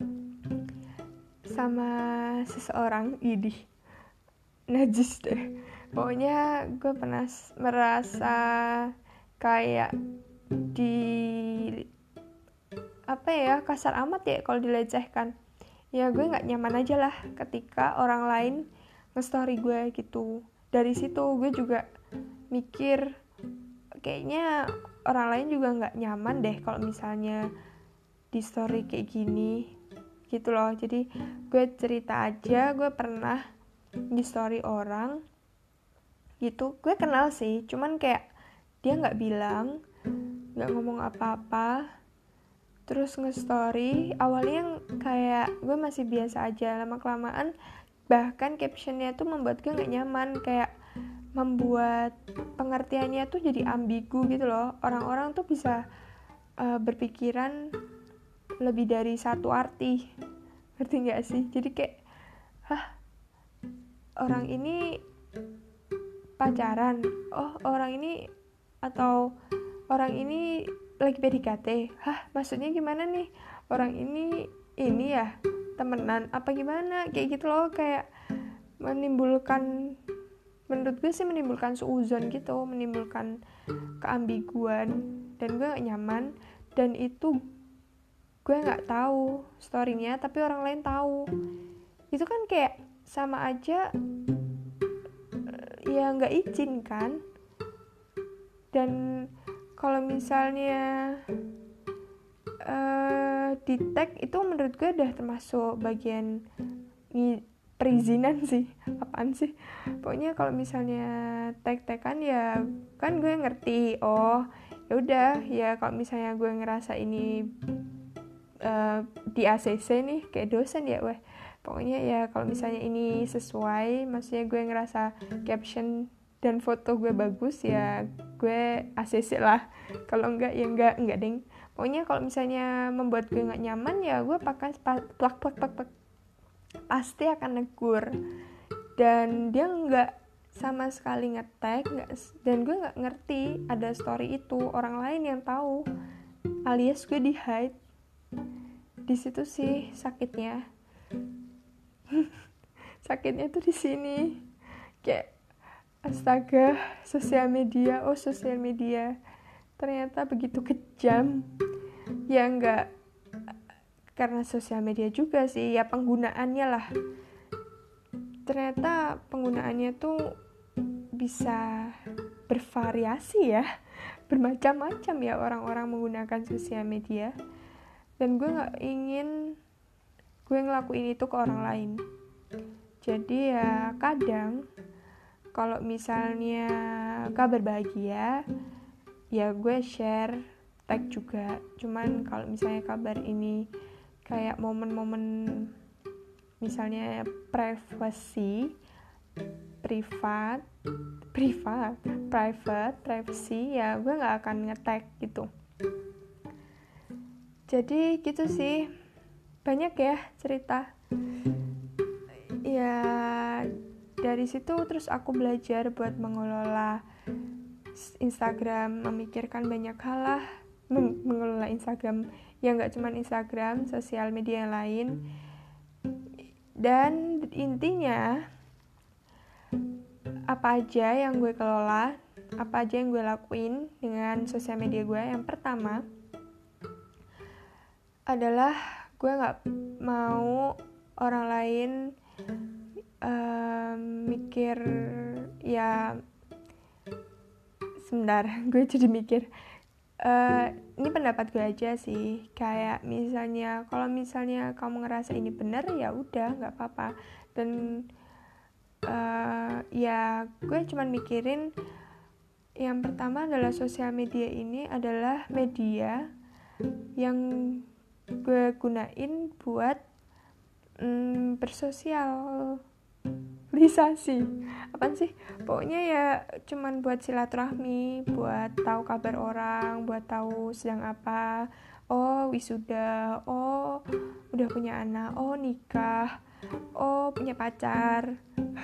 sama seseorang, idih, najis deh. Pokoknya gue pernah merasa kayak di apa ya, kasar amat ya kalau dilecehkan. Ya gue nggak nyaman aja lah ketika orang lain nge-story gue gitu. Dari situ gue juga mikir, kayaknya orang lain juga nggak nyaman deh kalau misalnya di story kayak gini gitu loh. Jadi gue cerita aja, gue pernah di story orang gitu, gue kenal sih, cuman kayak dia nggak bilang, nggak ngomong apa-apa, terus nge-story. Awalnya kayak gue masih biasa aja, lama kelamaan bahkan captionnya tuh membuat gue nggak nyaman, kayak membuat pengertiannya tuh jadi ambigu gitu loh. Orang-orang tuh bisa uh, berpikiran lebih dari satu arti, ngerti nggak sih? Jadi kayak, hah, orang ini pacaran, oh orang ini, atau orang ini lagi P D K T, hah maksudnya gimana nih, orang ini ini ya temenan apa gimana, kayak gitu loh. Kayak menimbulkan, menurut gue sih menimbulkan suuzon gitu, menimbulkan keambiguan, dan gue gak nyaman. Dan itu gue gak tahu story-nya tapi orang lain tahu. Itu kan kayak sama aja ya gak izin kan. Dan kalau misalnya uh, di tag itu menurut gue udah termasuk bagian perizinan sih. Apaan sih, pokoknya kalau misalnya tag-tagan ya kan gue ngerti, oh ya udah ya, kalau misalnya gue ngerasa ini uh, di A C C nih kayak dosen ya, weh pokoknya ya kalau misalnya ini sesuai, maksudnya gue ngerasa caption dan foto gue bagus, ya gue A C C lah. Kalau enggak ya enggak, enggak deng. Pokoknya kalau misalnya membuat gue nggak nyaman ya gue pakai plak plak plak plak, pasti akan negur. Dan dia nggak sama sekali nge-tag, nggak, dan gue nggak ngerti ada story itu, orang lain yang tahu, alias gue di hide. Di situ sih sakitnya. Sakitnya tuh di sini, kayak astaga, sosial media, oh sosial media ternyata begitu kejam. Ya enggak karena sosial media juga sih, ya penggunaannya lah. Ternyata penggunaannya tuh bisa bervariasi ya, bermacam-macam ya orang-orang menggunakan sosial media. Dan gue gak ingin gue ngelakuin itu ke orang lain. Jadi ya kadang kalau misalnya kabar bahagia ya gue share, tag juga. Cuman kalau misalnya kabar ini kayak momen-momen misalnya privacy, privat, privat, private, privacy, ya gue gak akan nge-tag gitu. Jadi gitu sih, banyak ya cerita. Ya dari situ terus aku belajar buat mengelola Instagram, memikirkan banyak hal lah, meng- mengelola Instagram yang gak cuma Instagram, sosial media yang lain. Dan intinya apa aja yang gue kelola, apa aja yang gue lakuin dengan sosial media gue, yang pertama adalah gue gak mau orang lain uh, mikir, ya sebentar, gue jadi mikir uh, ini pendapat gue aja sih, kayak misalnya kalau misalnya kamu ngerasa ini benar, ya udah nggak apa-apa. Dan uh, ya gue cuman mikirin yang pertama adalah sosial media ini adalah media yang gue gunain buat mm, bersosial lisasi, apaan sih, pokoknya ya cuman buat silaturahmi, buat tahu kabar orang, buat tahu sedang apa, oh wisuda, oh udah punya anak, oh nikah, oh punya pacar,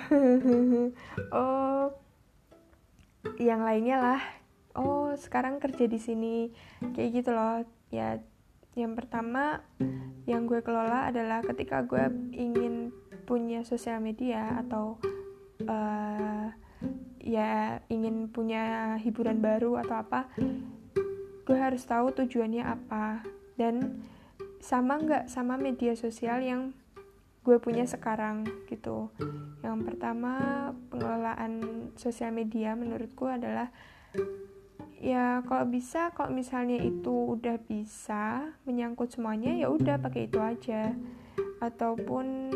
oh yang lainnya lah, oh sekarang kerja di sini, kayak gitu loh. Ya yang pertama yang gue kelola adalah ketika gue ingin punya sosial media atau uh, ya ingin punya hiburan baru atau apa, gue harus tahu tujuannya apa dan sama nggak sama media sosial yang gue punya sekarang gitu. Yang pertama, pengelolaan sosial media menurutku adalah ya kalau bisa, kalau misalnya itu udah bisa menyangkut semuanya, ya udah pakai itu aja. Ataupun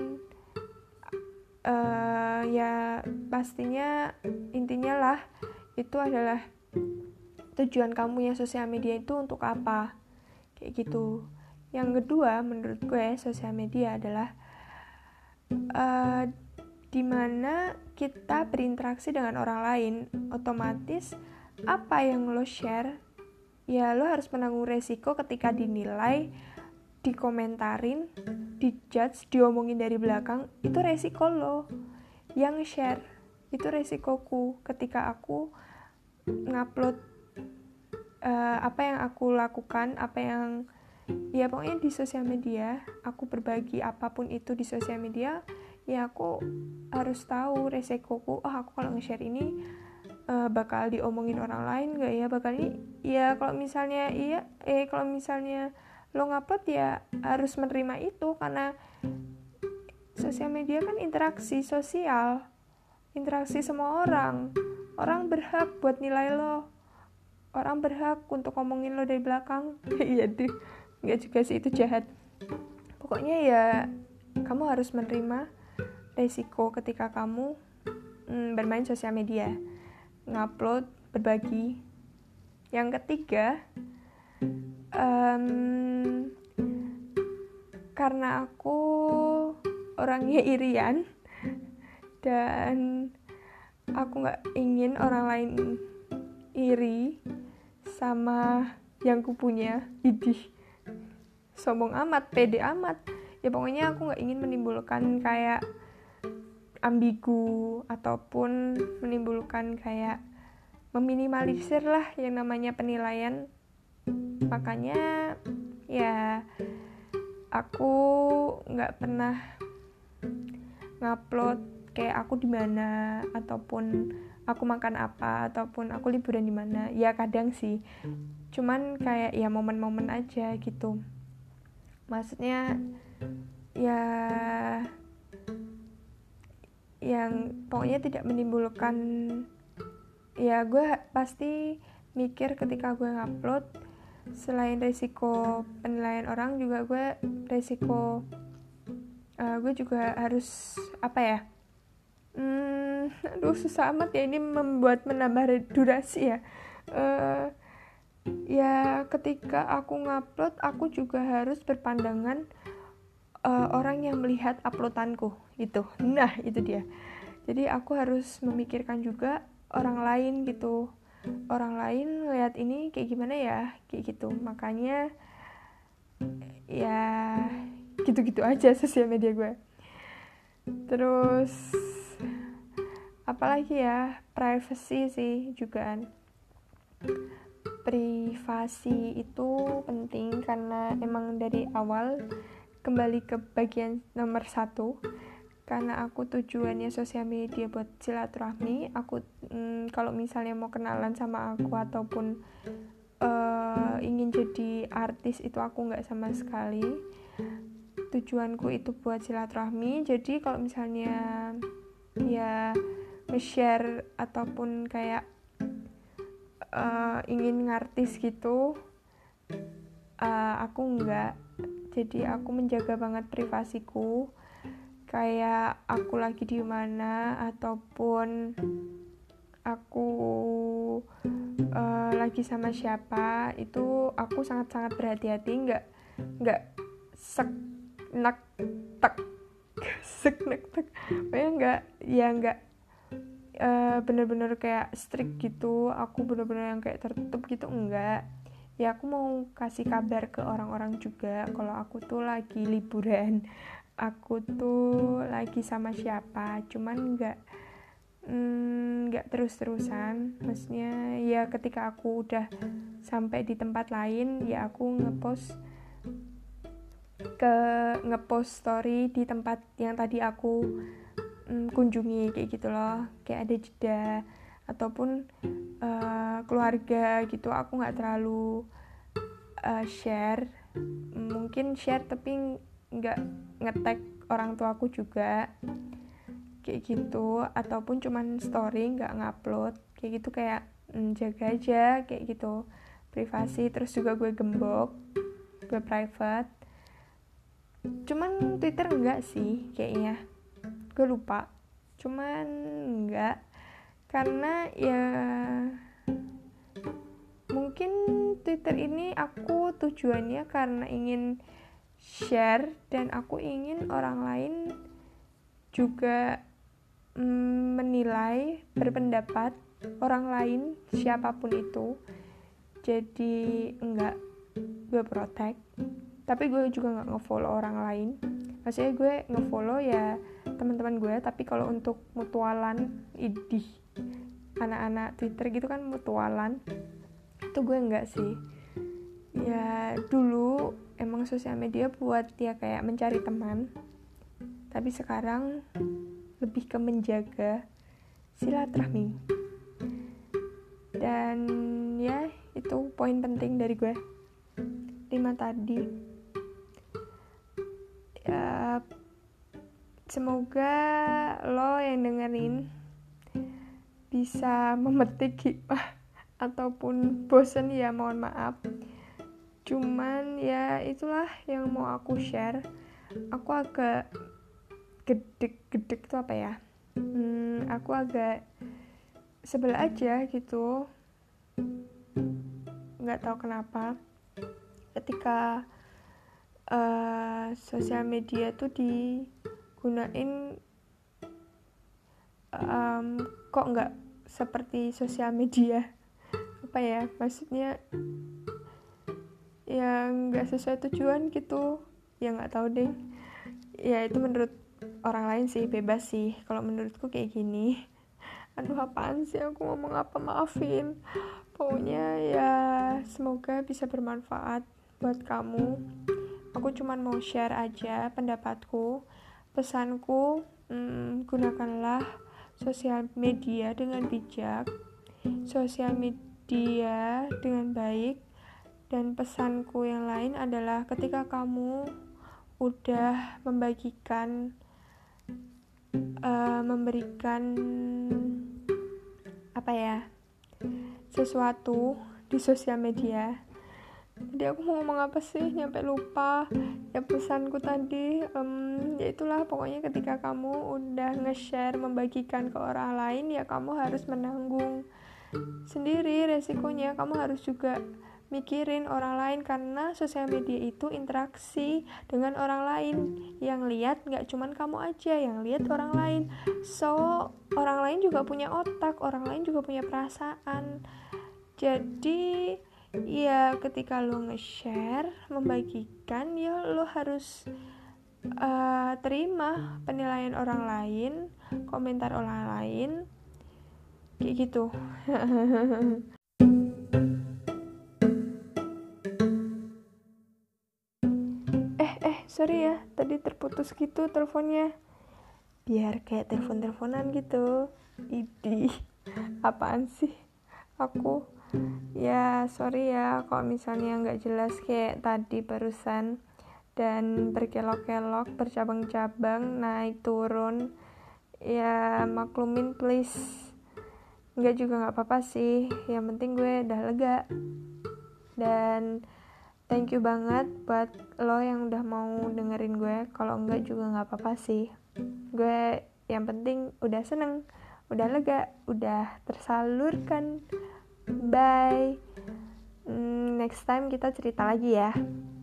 Uh, ya pastinya intinya lah itu adalah tujuan kamu yang sosial media itu untuk apa, kayak gitu. Yang kedua menurut gue sosial media adalah uh, dimana kita berinteraksi dengan orang lain, otomatis apa yang lo share ya lo harus menanggung resiko ketika dinilai, dikomentarin, dijudge, diomongin dari belakang. Itu resiko lo yang share, itu resikoku ketika aku ngupload uh, apa yang aku lakukan, apa yang ya pokoknya di sosial media, aku berbagi apapun itu di sosial media, ya aku harus tahu resikoku. Oh aku kalau nge-share ini uh, bakal diomongin orang lain gak ya, bakal ini ya kalau misalnya iya eh kalau misalnya lo ngupload ya harus menerima itu, karena sosial media kan interaksi sosial, interaksi semua orang. Orang berhak buat nilai lo, orang berhak untuk ngomongin lo dari belakang. Iya deh, nggak juga sih, itu jahat. Pokoknya ya kamu harus menerima resiko ketika kamu mm, bermain sosial media, ngupload, berbagi. Yang ketiga, um, karena aku orangnya irian dan aku gak ingin orang lain iri sama yang ku punya. Idih, sombong amat, pede amat. Ya pokoknya aku gak ingin menimbulkan kayak ambigu ataupun menimbulkan kayak meminimalisir lah yang namanya penilaian. Makanya ya aku nggak pernah ngupload kayak aku di mana ataupun aku makan apa ataupun aku liburan di mana. Ya kadang sih, cuman kayak ya momen-momen aja gitu. Maksudnya ya yang pokoknya tidak menimbulkan, ya gue pasti mikir ketika gue ngupload, selain resiko penilaian orang juga gue resiko uh, gue juga harus apa ya hmm, aduh susah amat ya ini membuat menambah durasi ya. uh, ya ketika aku ngupload aku juga harus berpandangan uh, orang yang melihat uploadanku itu. Nah itu dia, jadi aku harus memikirkan juga orang lain gitu, orang lain ngeliat ini kayak gimana ya, kayak gitu. Makanya ya gitu-gitu aja sosial media gue. Terus apalagi ya, privacy sih juga. Privasi itu penting karena emang dari awal kembali ke bagian nomor satu, karena aku tujuannya sosial media buat silaturahmi. Aku mm, kalau misalnya mau kenalan sama aku ataupun uh, ingin jadi artis, itu aku nggak sama sekali. Tujuanku itu buat silaturahmi. Jadi kalau misalnya ya nge-share ataupun kayak uh, ingin ngartis gitu, uh, aku enggak. Jadi aku menjaga banget privasiku, kayak aku lagi di mana ataupun aku uh, lagi sama siapa, itu aku sangat-sangat berhati-hati, enggak enggak sek nak tek sek nak tek pokoknya enggak ya enggak uh, bener-bener kayak strict gitu. Aku bener-bener yang kayak tertutup gitu, enggak. Ya aku mau kasih kabar ke orang-orang juga kalau aku tuh lagi liburan, aku tuh lagi sama siapa. Cuman enggak enggak mm, terus-terusan. Maksudnya ya ketika aku udah sampai di tempat lain, ya aku ngepost ke ngepost story di tempat yang tadi aku mm, kunjungi, kayak gitu loh. Kayak ada jeda ataupun uh, keluarga gitu, aku nggak terlalu uh, share. Mungkin share tapi nggak nge-tag orang tua aku juga, kayak gitu. Ataupun cuman story, nggak ngupload, kayak gitu. Kayak mm, jaga aja kayak gitu privasi. Terus juga gue gembok, gue private. Cuman Twitter enggak sih kayaknya, gue lupa. Cuman enggak, karena ya mungkin Twitter ini aku tujuannya karena ingin share, dan aku ingin orang lain juga mm, menilai, berpendapat orang lain siapapun itu. Jadi enggak gue protect, tapi gue juga nggak ngefollow orang lain. Maksudnya gue ngefollow ya teman-teman gue, tapi kalau untuk mutualan, idih, anak-anak Twitter gitu kan mutualan, itu gue enggak sih. Ya dulu emang sosial media buat ya kayak mencari teman, tapi sekarang lebih ke menjaga silaturahmi. Dan ya itu poin penting dari gue lima tadi. Ya semoga lo yang dengerin bisa memetik hikmah, ataupun bosen ya mohon maaf. Cuman ya itulah yang mau aku share. Aku agak gedek-gedek itu apa ya, hmm, aku agak sebel aja gitu, nggak tahu kenapa ketika uh, sosial media tuh digunain um, kok nggak seperti sosial media apa ya, maksudnya yang nggak sesuai tujuan gitu ya, nggak tahu deh ya, itu menurut orang lain sih, bebas sih. Kalau menurutku kayak gini. Aduh apaan sih aku ngomong apa, maafin. Pokoknya ya semoga bisa bermanfaat buat kamu. Aku cuman mau share aja pendapatku, pesanku. hmm, gunakanlah sosial media dengan bijak, sosial media dengan baik. Dan pesanku yang lain adalah ketika kamu udah membagikan uh, memberikan apa ya, sesuatu di sosial media. Jadi aku mau ngomong apa sih, nyampe lupa. Ya pesanku tadi um, ya itulah, pokoknya ketika kamu udah nge-share, membagikan ke orang lain, ya kamu harus menanggung sendiri resikonya. Kamu harus juga mikirin orang lain, karena sosial media itu interaksi dengan orang lain. Yang lihat nggak cuman kamu aja, yang lihat orang lain. So orang lain juga punya otak, orang lain juga punya perasaan. Jadi ya ketika lo nge-share, membagikan, ya lo harus uh, terima penilaian orang lain, komentar orang lain. kayak gitu. eh eh sorry ya, tadi terputus gitu teleponnya, biar kayak telepon-teleponan gitu. Idi, apaan sih aku. Ya sorry ya kalau misalnya nggak jelas kayak tadi barusan, dan berkelok-kelok, bercabang-cabang, naik turun. Ya maklumin please. Nggak juga nggak apa-apa sih, yang penting gue udah lega. Dan thank you banget buat lo yang udah mau dengerin gue. Kalau enggak juga nggak apa-apa sih, gue yang penting udah seneng, udah lega, udah tersalurkan. Bye. Hmm, next time kita cerita lagi ya.